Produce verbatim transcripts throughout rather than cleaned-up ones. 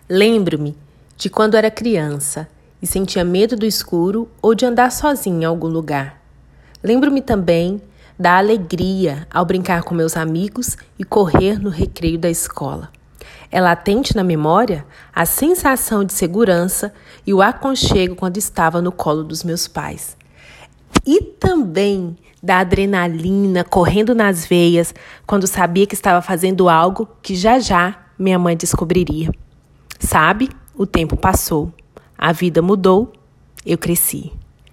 Lembro-me de quando era criança e sentia medo do escuro ou de andar sozinha em algum lugar. Lembro-me também da alegria ao brincar com meus amigos e correr no recreio da escola. É latente na memória a sensação de segurança e o aconchego quando estava no colo dos meus pais. E também da adrenalina correndo nas veias quando sabia que estava fazendo algo que já já minha mãe descobriria. Sabe, o tempo passou, a vida mudou, eu cresci.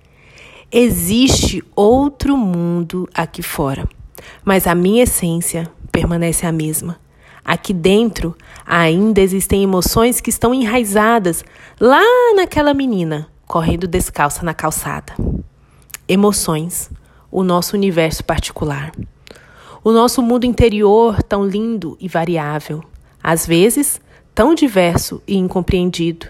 Existe outro mundo aqui fora, mas a minha essência permanece a mesma. Aqui dentro ainda existem emoções que estão enraizadas lá naquela menina correndo descalça na calçada. Emoções, o nosso universo particular. O nosso mundo interior tão lindo e variável, às vezes tão diverso e incompreendido.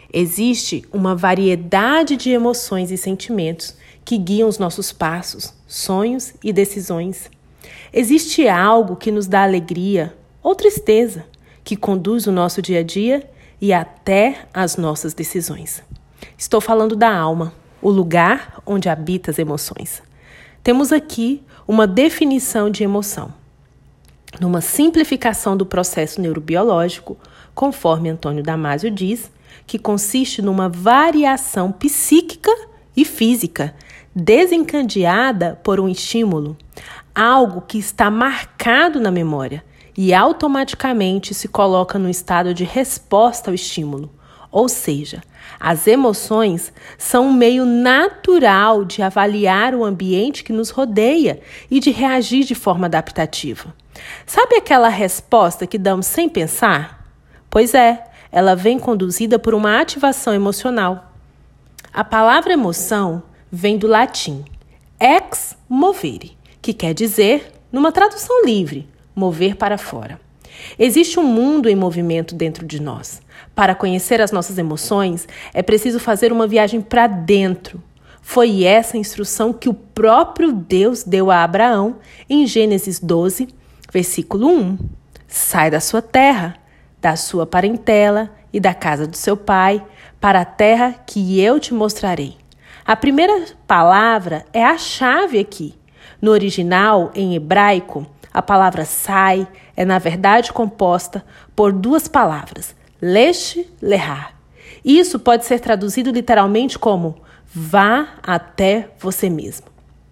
Existe uma variedade de emoções e sentimentos que guiam os nossos passos, sonhos e decisões. Existe algo que nos dá alegria ou tristeza, que conduz o nosso dia a dia e até as nossas decisões. Estou falando da alma, o lugar onde habita as emoções. Temos aqui uma definição de emoção. Numa simplificação do processo neurobiológico, conforme Antônio Damasio diz, que consiste numa variação psíquica e física desencadeada por um estímulo, algo que está marcado na memória e automaticamente se coloca no estado de resposta ao estímulo. Ou seja, as emoções são um meio natural de avaliar o ambiente que nos rodeia e de reagir de forma adaptativa. Sabe aquela resposta que damos sem pensar? Pois é, ela vem conduzida por uma ativação emocional. A palavra emoção vem do latim ex movere, que quer dizer, numa tradução livre, mover para fora. Existe um mundo em movimento dentro de nós. Para conhecer as nossas emoções, é preciso fazer uma viagem para dentro. Foi essa a instrução que o próprio Deus deu a Abraão em Gênesis doze, versículo um. Sai da sua terra, da sua parentela e da casa do seu pai, para a terra que eu te mostrarei. A primeira palavra é a chave aqui. No original, em hebraico, a palavra sai é, na verdade, composta por duas palavras, lech, lehar. Isso pode ser traduzido literalmente como vá até você mesmo.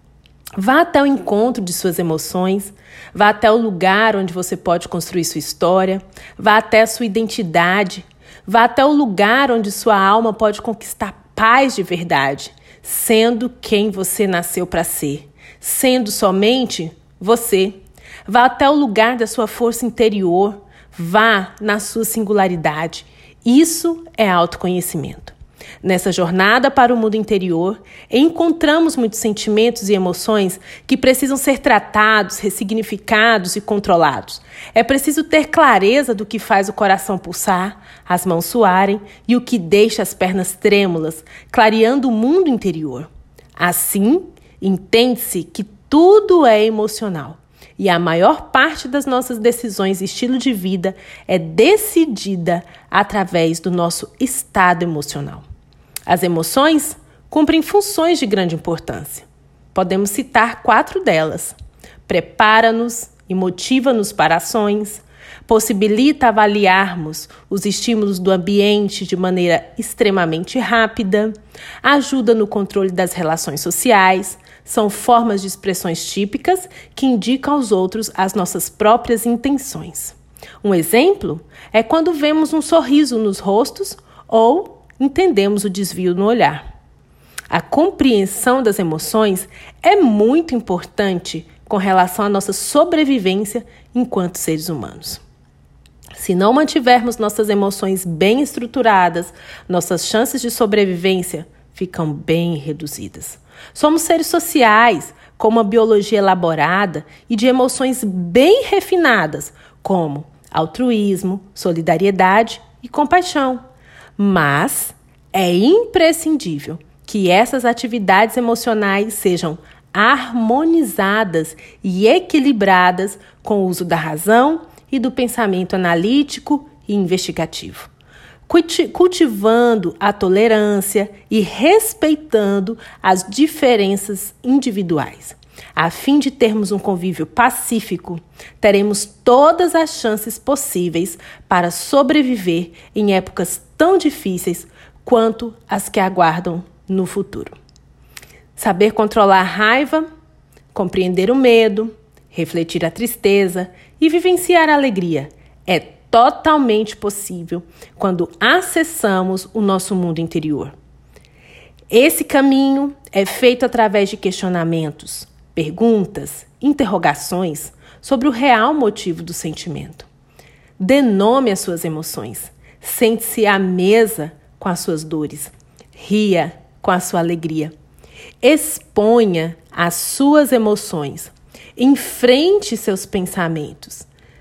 Vá até o encontro de suas emoções, vá até o lugar onde você pode construir sua história, vá até a sua identidade, vá até o lugar onde sua alma pode conquistar paz de verdade, sendo quem você nasceu para ser, sendo somente você. Vá até o lugar da sua força interior, vá na sua singularidade. Isso é autoconhecimento. Nessa jornada para o mundo interior, encontramos muitos sentimentos e emoções que precisam ser tratados, ressignificados e controlados. É preciso ter clareza do que faz o coração pulsar, as mãos suarem e o que deixa as pernas trêmulas, clareando o mundo interior. Assim, entende-se que tudo é emocional. E a maior parte das nossas decisões e estilo de vida é decidida através do nosso estado emocional. As emoções cumprem funções de grande importância. Podemos citar quatro delas. Prepara-nos e motiva-nos para ações, possibilita avaliarmos os estímulos do ambiente de maneira extremamente rápida, ajuda no controle das relações sociais, são formas de expressões típicas que indicam aos outros as nossas próprias intenções. Um exemplo é quando vemos um sorriso nos rostos ou entendemos o desvio no olhar. A compreensão das emoções é muito importante com relação à nossa sobrevivência enquanto seres humanos. Se não mantivermos nossas emoções bem estruturadas, nossas chances de sobrevivência ficam bem reduzidas. Somos seres sociais, com uma biologia elaborada e de emoções bem refinadas, como altruísmo, solidariedade e compaixão. Mas é imprescindível que essas atividades emocionais sejam harmonizadas e equilibradas com o uso da razão e do pensamento analítico e investigativo. cultivando a tolerância e respeitando as diferenças individuais. A fim de termos um convívio pacífico, teremos todas as chances possíveis para sobreviver em épocas tão difíceis quanto as que aguardam no futuro. Saber controlar a raiva, compreender o medo, refletir a tristeza e vivenciar a alegria é totalmente possível quando acessamos o nosso mundo interior. Esse caminho é feito através de questionamentos, perguntas, interrogações sobre o real motivo do sentimento. Dê nome às suas emoções. Sente-se à mesa com as suas dores. Ria com a sua alegria. Exponha as suas emoções. Enfrente seus pensamentos,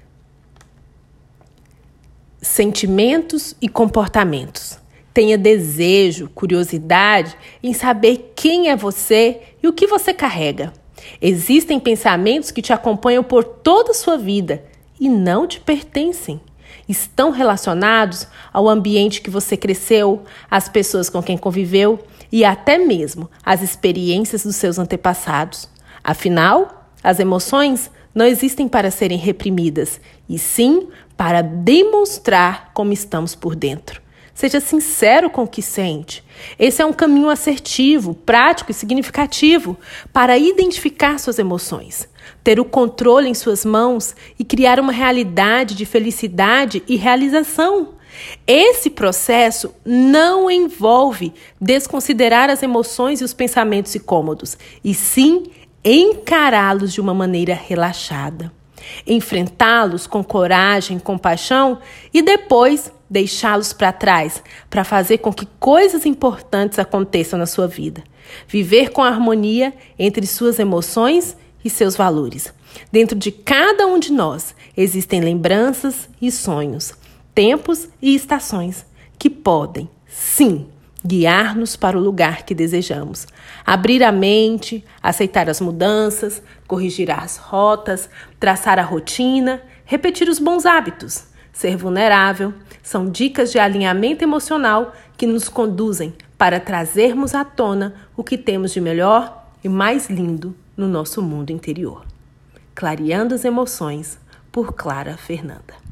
sentimentos e comportamentos. Tenha desejo, curiosidade em saber quem é você e o que você carrega. Existem pensamentos que te acompanham por toda a sua vida e não te pertencem. Estão relacionados ao ambiente que você cresceu, às pessoas com quem conviveu e até mesmo às experiências dos seus antepassados. Afinal, as emoções não existem para serem reprimidas, e sim para demonstrar como estamos por dentro. Seja sincero com o que sente. Esse é um caminho assertivo, prático e significativo para identificar suas emoções, ter o controle em suas mãos e criar uma realidade de felicidade e realização. Esse processo não envolve desconsiderar as emoções e os pensamentos incômodos, e sim encará-los de uma maneira relaxada. Enfrentá-los com coragem, compaixão e depois deixá-los para trás para fazer com que coisas importantes aconteçam na sua vida. Viver com harmonia entre suas emoções e seus valores. Dentro de cada um de nós existem lembranças e sonhos, tempos e estações que podem, sim, guiar-nos para o lugar que desejamos. Abrir a mente, aceitar as mudanças, corrigir as rotas, traçar a rotina, repetir os bons hábitos. Ser vulnerável são dicas de alinhamento emocional que nos conduzem para trazermos à tona o que temos de melhor e mais lindo no nosso mundo interior. Clareando as emoções, por Clara Fernanda.